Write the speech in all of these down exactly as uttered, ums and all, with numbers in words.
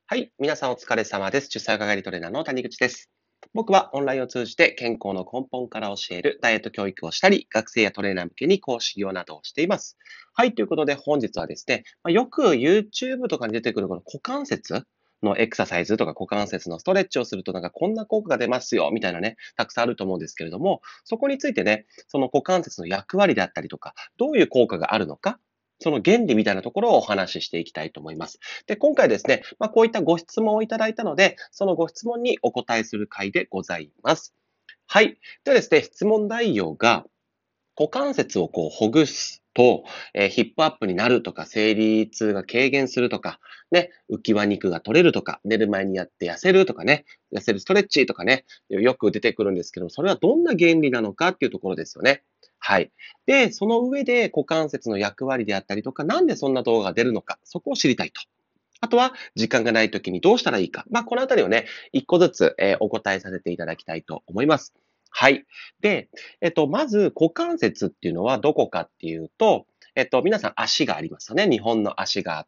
はい。皆さんお疲れ様です。出産科学トレーナーの谷口です。僕はオンラインを通じて健康の根本から教えるダイエット教育をしたり、学生やトレーナー向けに講師業などをしています。はい。ということで本日はですね、まあ、よく YouTube とかに出てくるこの股関節のエクササイズとか股関節のストレッチをするとなんかこんな効果が出ますよみたいなね、たくさんあると思うんですけれども、そこについてね、その股関節の役割であったりとか、どういう効果があるのか、その原理みたいなところをお話ししていきたいと思います。で、今回ですね、まあ、こういったご質問をいただいたので、そのご質問にお答えする回でございます。はい。ではですね、質問内容が、股関節をこうほぐすと、えーヒップアップになるとか、生理痛が軽減するとか、ね、浮き輪肉が取れるとか、寝る前にやって痩せるとかね、痩せるストレッチとかね、よく出てくるんですけど、それはどんな原理なのかっていうところですよね。はい。で、その上で股関節の役割であったりとか、なんでそんな動画が出るのか、そこを知りたいと。あとは、時間がないときにどうしたらいいか。まあ、このあたりをね、一個ずつ、えーお答えさせていただきたいと思います。はい。で、えっと、まず、股関節っていうのはどこかっていうと、えっと、皆さん足がありますよね。日本の足があって、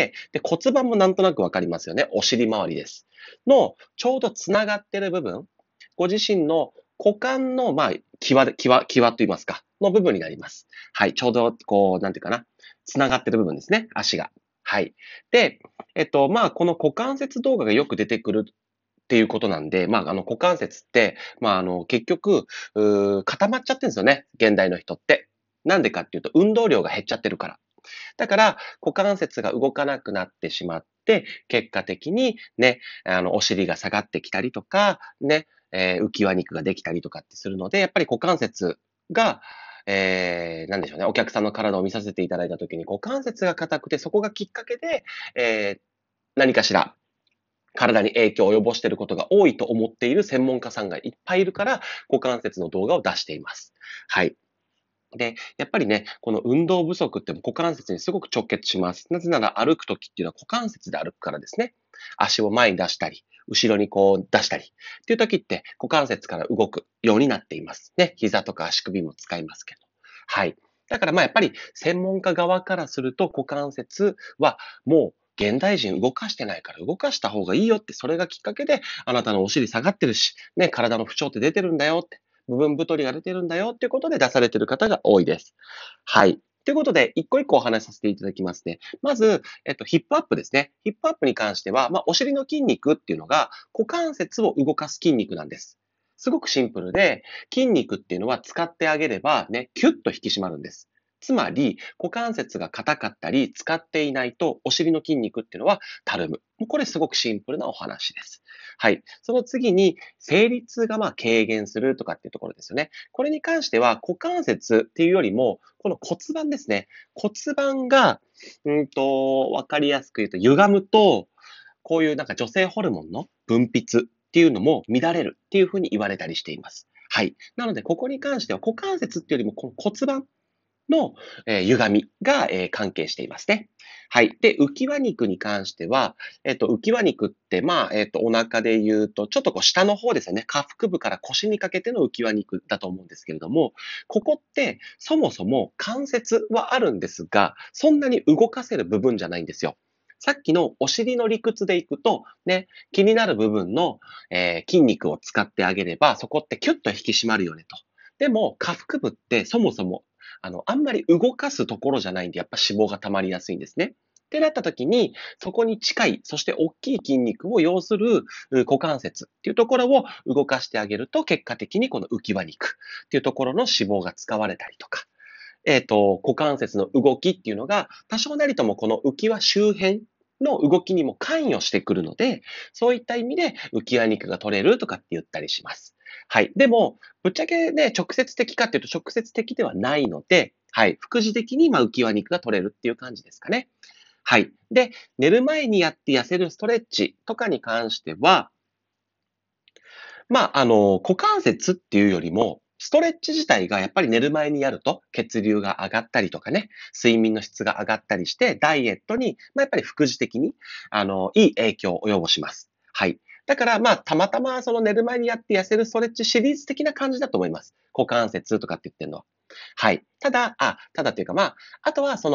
で、骨盤もなんとなくわかりますよね。お尻周りです。の、ちょうどつながってる部分、ご自身の股間の、まあ、際で、際、際と言いますか、の部分になります。はい。ちょうど、こう、なんていうかな。つながってる部分ですね。足が。はい。で、えっと、まあ、この股関節動画がよく出てくるっていうことなんで、まあ、あの、股関節って、まあ、あの、結局、うー固まっちゃってるんですよね。現代の人って。なんでかっていうと、運動量が減っちゃってるから。だから、股関節が動かなくなってしまって、結果的にね、あの、お尻が下がってきたりとか、ね、えー浮き輪肉ができたりとかってするので、やっぱり股関節が、えー、なんでしょうね、お客さんの体を見させていただいたときに、股関節が硬くて、そこがきっかけで、えー、何かしら体に影響を及ぼしていることが多いと思っている専門家さんがいっぱいいるから、股関節の動画を出しています。はい。で、やっぱりね、この運動不足って股関節にすごく直結します。なぜなら歩くときっていうのは股関節で歩くからですね。足を前に出したり、後ろにこう出したりっていうときって股関節から動くようになっています。ね。膝とか足首も使いますけど。はい。だからまあやっぱり専門家側からすると股関節はもう現代人動かしてないから動かした方がいいよって、それがきっかけであなたのお尻下がってるし、ね、体の不調って出てるんだよって。部分太りが出てるんだよっていうことで出されている方が多いです。はい。ということで、一個一個お話しさせていただきますね。まず、えっと、ヒップアップですね。ヒップアップに関しては、まあ、お尻の筋肉っていうのが、股関節を動かす筋肉なんです。すごくシンプルで、筋肉っていうのは使ってあげればね、キュッと引き締まるんです。つまり、股関節が硬かったり、使っていないと、お尻の筋肉っていうのはたるむ。もうこれすごくシンプルなお話です。はい。その次に、生理痛がまあ軽減するとかっていうところですよね。これに関しては、股関節っていうよりも、この骨盤ですね。骨盤が、うんと、わかりやすく言うと、歪むと、こういうなんか女性ホルモンの分泌っていうのも乱れるっていうふうに言われたりしています。はい。なので、ここに関しては股関節っていうよりも、この骨盤の、えー歪みが、えー関係していますね。はい。で、浮き輪肉に関しては、えっと、浮き輪肉って、まあ、えっと、お腹で言うと、ちょっとこう下の方ですよね。下腹部から腰にかけての浮き輪肉だと思うんですけれども、ここって、そもそも関節はあるんですが、そんなに動かせる部分じゃないんですよ。さっきのお尻の理屈でいくと、ね、気になる部分の、えー筋肉を使ってあげれば、そこってキュッと引き締まるよねと。でも、下腹部ってそもそもあの、あんまり動かすところじゃないんで、やっぱ脂肪が溜まりやすいんですね。ってなった時に、そこに近い、そして大きい筋肉を要するう股関節っていうところを動かしてあげると、結果的にこの浮き輪肉っていうところの脂肪が使われたりとか、えっと、股関節の動きっていうのが、多少なりともこの浮き輪周辺の動きにも関与してくるので、そういった意味で浮き輪肉が取れるとかって言ったりします。はい。でも、ぶっちゃけね、直接的かっていうと直接的ではないので、はい。副次的にまあ浮き輪肉が取れるっていう感じですかね。はい。で、寝る前にやって痩せるストレッチとかに関しては、まあ、あの、股関節っていうよりも、ストレッチ自体がやっぱり寝る前にやると血流が上がったりとかね、睡眠の質が上がったりして、ダイエットに、まあ、やっぱり副次的に、あの、いい影響を及ぼします。はい。だから、まあ、たまたまその寝る前にやって痩せるストレッチシリーズ的な感じだと思います。股関節とかって言ってるのは。はい。ただ、あ、ただっていうか、まあ、あとはその、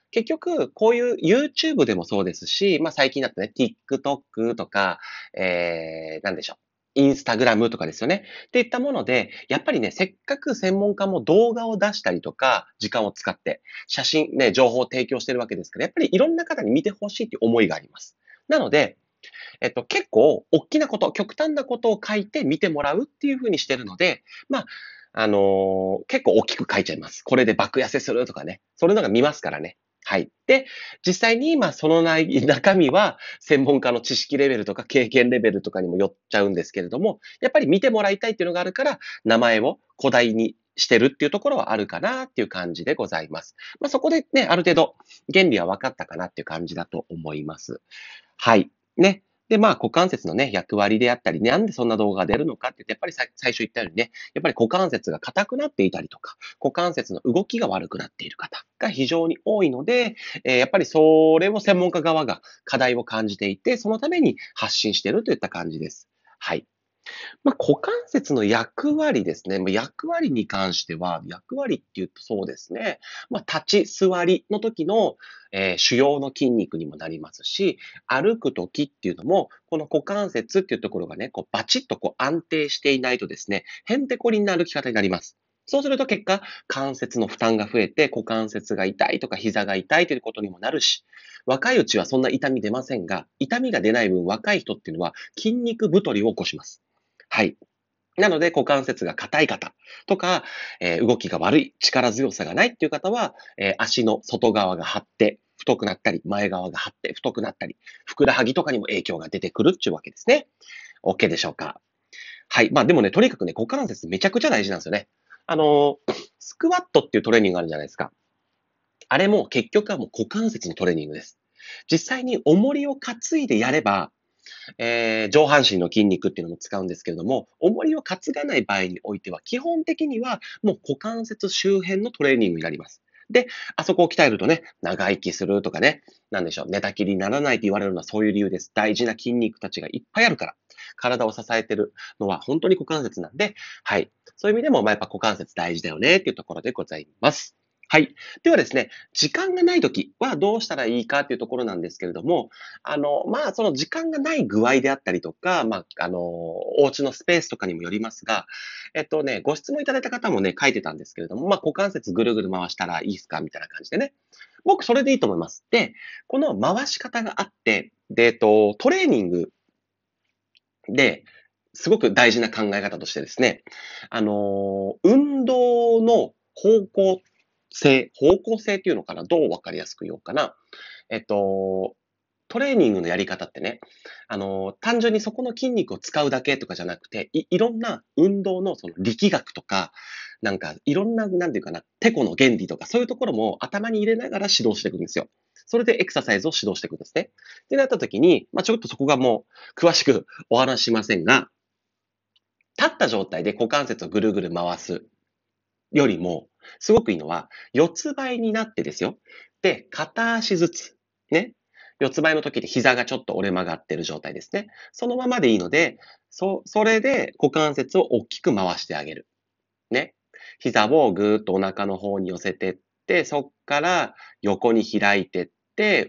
結局、こういう YouTube でもそうですし、まあ最近だとね、TikTok とか、えー、なんでしょう。Instagram とかですよね。っていったもので、やっぱりね、せっかく専門家も動画を出したりとか、時間を使って、写真、ね、情報を提供してるわけですから、やっぱりいろんな方に見てほしいっていう思いがあります。なので、えっと、結構、大きなこと、極端なことを書いて見てもらうっていう風にしてるので、まあ、あのー結構大きく書いちゃいます。これで爆痩せするとかね。それのが見ますからね。はい。で、実際に、まあ、その内、中身は、専門家の知識レベルとか経験レベルとかにもよっちゃうんですけれども、やっぱり見てもらいたいっていうのがあるから、名前を古代にしてるっていうところはあるかなっていう感じでございます。まあ、そこでね、ある程度、原理は分かったかなっていう感じだと思います。はい。ね。で、まあ、股関節のね、役割であったりね、なんでそんな動画が出るのかって言って、やっぱりさ最初言ったようにね、やっぱり股関節が硬くなっていたりとか、股関節の動きが悪くなっている方が非常に多いので、えーやっぱりそれを専門家側が課題を感じていて、そのために発信しているといった感じです。はい。まあ、股関節の役割ですね。まあ、役割に関しては、役割って言うとそうですね。まあ、立ち座りの時の、えー主要の筋肉にもなりますし、歩く時っていうのも、この股関節っていうところがね、こうバチッとこう安定していないとですね、へんてこりんな歩き方になります。そうすると結果、関節の負担が増えて、股関節が痛いとか膝が痛いということにもなるし、若いうちはそんな痛み出ませんが、痛みが出ない分若い人っていうのは筋肉太りを起こします。はい。なので、股関節が硬い方とか、えー動きが悪い、力強さがないっていう方は、えー足の外側が張って太くなったり、前側が張って太くなったり、ふくらはぎとかにも影響が出てくるっていうわけですね。OK でしょうか？はい。まあでもね、とにかくね、股関節めちゃくちゃ大事なんですよね。あのースクワットっていうトレーニングがあるじゃないですか。あれも結局はもう股関節のトレーニングです。実際に重りを担いでやれば、えー上半身の筋肉っていうのも使うんですけれども、重りを担がない場合においては、基本的にはもう股関節周辺のトレーニングになります。で、あそこを鍛えるとね、長生きするとかね、なんでしょう、寝たきりにならないと言われるのはそういう理由です。大事な筋肉たちがいっぱいあるから。体を支えてるのは本当に股関節なんで、はい。そういう意味でも、まあ、やっぱ股関節大事だよねっていうところでございます。はい。ではですね、時間がないときはどうしたらいいかっていうところなんですけれども、あの、まあ、その時間がない具合であったりとか、まあ、あの、お家のスペースとかにもよりますが、えっとね、ご質問いただいた方もね、書いてたんですけれども、まあ、股関節ぐるぐる回したらいいですかみたいな感じでね。僕、それでいいと思います。で、この回し方があって、で、えっと、トレーニングで、すごく大事な考え方としてですね、あの、運動の方向性、方向性っていうのかな、どうわかりやすく言おうかな。えっと、トレーニングのやり方ってね、あの、単純にそこの筋肉を使うだけとかじゃなくて、い、いろんな運動のその力学とか、なんかいろんな、なんていうかな、テコの原理とか、そういうところも頭に入れながら指導していくんですよ。それでエクササイズを指導していくんですね。ってなった時に、まあちょっとそこがもう詳しくお話ししませんが、立った状態で股関節をぐるぐる回すよりも、すごくいいのは、四つ倍になってですよ。で、片足ずつ。ね。四つ倍の時で膝がちょっと折れ曲がってる状態ですね。そのままでいいので、そ、それで股関節を大きく回してあげる。ね。膝をぐーっとお腹の方に寄せてって、そっから横に開いてって、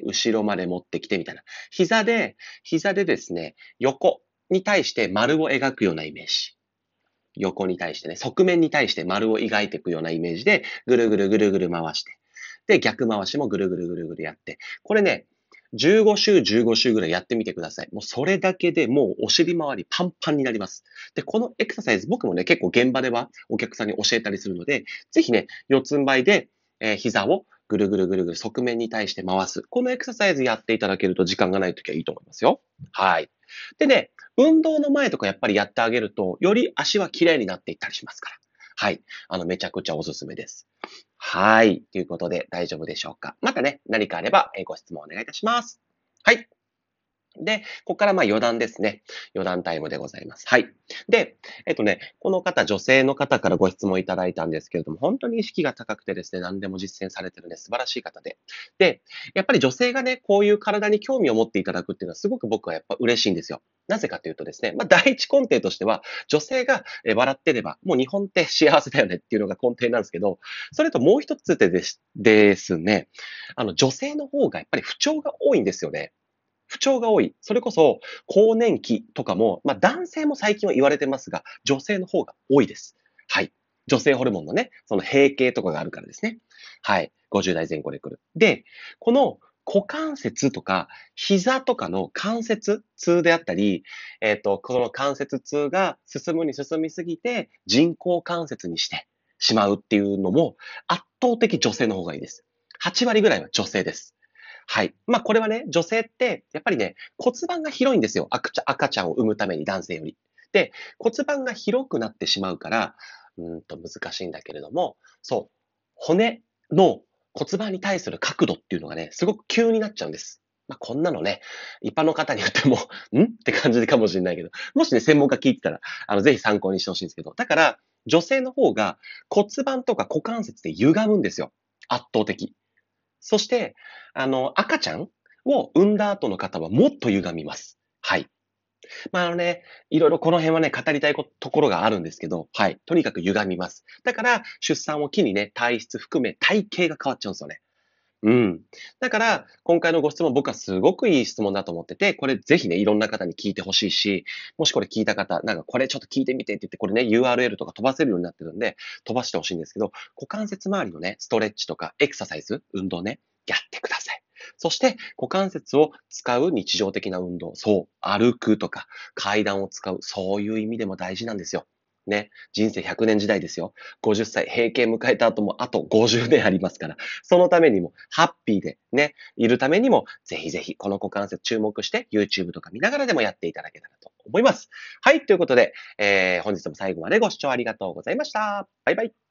後ろまで持ってきてみたいな。膝で、膝でですね、横に対して丸を描くようなイメージ。横に対してね、側面に対して丸を描いていくようなイメージで、ぐるぐるぐるぐる回して。で、逆回しもぐるぐるぐるぐるやって。これね、じゅうご週、じゅうご週ぐらいやってみてください。もうそれだけでもうお尻周りパンパンになります。で、このエクササイズ、僕もね、結構現場ではお客さんに教えたりするので、ぜひね、四つん這いで、えー膝をぐるぐるぐるぐる側面に対して回す。このエクササイズやっていただけると時間がないときはいいと思いますよ。はい。でね、運動の前とかやっぱりやってあげると、より足は綺麗になっていったりしますから。はい。あの、めちゃくちゃおすすめです。はい。ということで大丈夫でしょうか。またね、何かあれば、えーご質問お願いいたします。はい。 で、ここからまあ余談ですね。余談タイムでございます。はい。で、えっとね、この方、女性の方からご質問いただいたんですけれども、本当に意識が高くてですね、何でも実践されてるね、素晴らしい方で。で、やっぱり女性がね、こういう体に興味を持っていただくっていうのはすごく僕はやっぱ嬉しいんですよ。なぜかというとですね、まあ第一根底としては、女性がえ笑ってれば、もう日本って幸せだよねっていうのが根底なんですけど、それともう一つでですですね、あの女性の方がやっぱり不調が多いんですよね。不調が多い。それこそ、更年期とかも、まあ男性も最近は言われてますが、女性の方が多いです。はい。女性ホルモンのね、その閉経とかがあるからですね。はい。ごじゅう代前後で来る。で、この股関節とか膝とかの関節痛であったり、えっと、この関節痛が進むに進みすぎて人工関節にしてしまうっていうのも圧倒的女性の方がいいです。はち割ぐらいは女性です。はい。まあ、これはね、女性って、やっぱりね、骨盤が広いんですよ。赤ちゃん赤ちゃんを産むために、男性より。で、骨盤が広くなってしまうから、うーんと難しいんだけれども、そう、骨の骨盤に対する角度っていうのがね、すごく急になっちゃうんです。まあ、こんなのね、一般の方によってもんって感じかもしれないけど、もしね、専門家聞いてたら、あの、ぜひ参考にしてほしいんですけど、だから、女性の方が骨盤とか股関節で歪むんですよ。圧倒的。そして、あの、赤ちゃんを産んだ後の方はもっと歪みます。はい。まあ、あのね、いろいろこの辺はね、語りたいこところがあるんですけど、はい。とにかく歪みます。だから、出産を機にね、体質含め体型が変わっちゃうんですよね。うん。だから、今回のご質問、僕はすごくいい質問だと思ってて、これぜひね、いろんな方に聞いてほしいし、もしこれ聞いた方、なんかこれちょっと聞いてみてって言って、これね、ユーアールエル とか飛ばせるようになってるんで、飛ばしてほしいんですけど、股関節周りのね、ストレッチとかエクササイズ、運動ね、やってください。そして、股関節を使う日常的な運動、そう、歩くとか、階段を使う、そういう意味でも大事なんですよ。ね、人生ひゃくねん時代ですよ。ごじゅっさい、閉経迎えた後もあとごじゅうねんありますから。そのためにも、ハッピーでね、いるためにも、ぜひぜひ、この股関節注目して、YouTube とか見ながらでもやっていただけたらと思います。はい、ということで、えー、本日も最後までご視聴ありがとうございました。バイバイ。